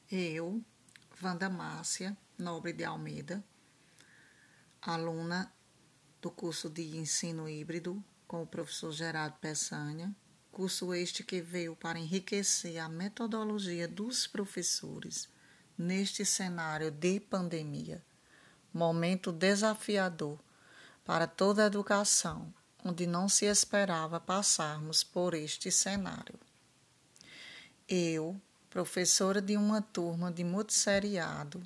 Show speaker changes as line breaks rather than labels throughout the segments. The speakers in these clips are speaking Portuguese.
Eu, Wanda Márcia Nobre de Almeida, aluna do curso de ensino híbrido com o professor Gerardo Peçanha, curso este que veio para enriquecer a metodologia dos professores neste cenário de pandemia, momento desafiador para toda a educação, onde não se esperava passarmos por este cenário. Eu, professora de uma turma de multisseriado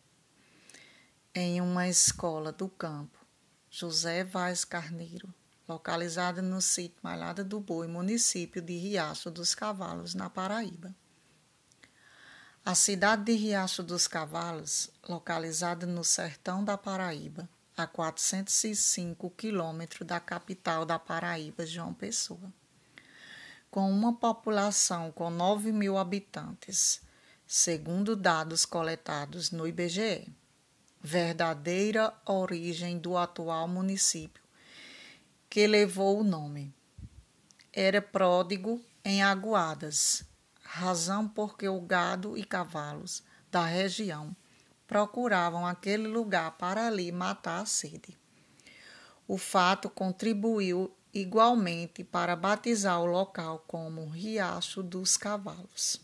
em uma escola do campo, José Vaz Carneiro, localizada no sítio Malhada do Boi, município de Riacho dos Cavalos, na Paraíba. A cidade de Riacho dos Cavalos, localizada no sertão da Paraíba, a 405 quilômetros da capital da Paraíba, João Pessoa, com uma população com 9.000 habitantes, segundo dados coletados no IBGE. Verdadeira origem do atual município, que levou o nome. Era pródigo em aguadas, razão porque o gado e cavalos da região procuravam aquele lugar para ali matar a sede. O fato contribuiu igualmente para batizar o local como Riacho dos Cavalos.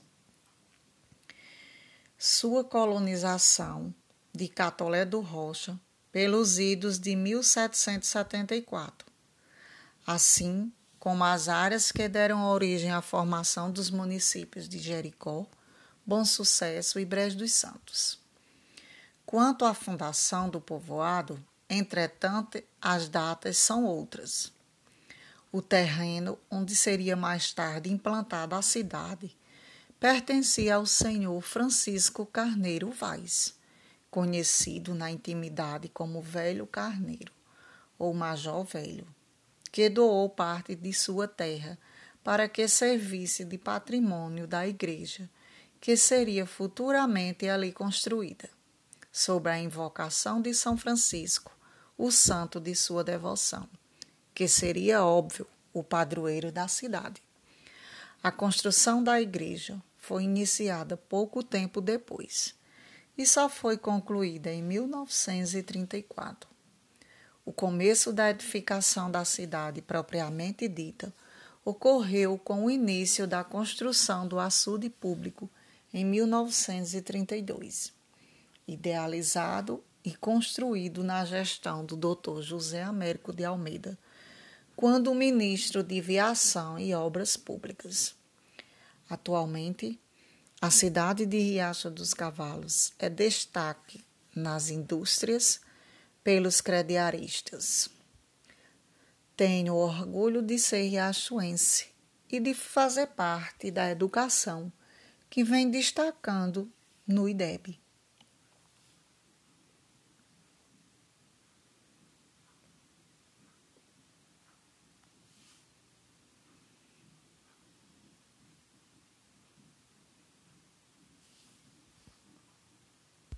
Sua colonização de Catolé do Rocha pelos idos de 1774, assim como as áreas que deram origem à formação dos municípios de Jericó, Bom Sucesso e Brejo dos Santos. Quanto à fundação do povoado, entretanto, as datas são outras. O terreno onde seria mais tarde implantada a cidade pertencia ao senhor Francisco Carneiro Vaz, conhecido na intimidade como Velho Carneiro, ou Major Velho, que doou parte de sua terra para que servisse de patrimônio da igreja, que seria futuramente ali construída, sob a invocação de São Francisco, o santo de sua devoção, que seria, óbvio, o padroeiro da cidade. A construção da igreja foi iniciada pouco tempo depois e só foi concluída em 1934. O começo da edificação da cidade propriamente dita ocorreu com o início da construção do açude público em 1932, idealizado e construído na gestão do Dr. José Américo de Almeida, quando ministro de Viação e Obras Públicas. Atualmente, a cidade de Riacho dos Cavalos é destaque nas indústrias pelos crediaristas. Tenho orgulho de ser riachuense e de fazer parte da educação que vem destacando no IDEB.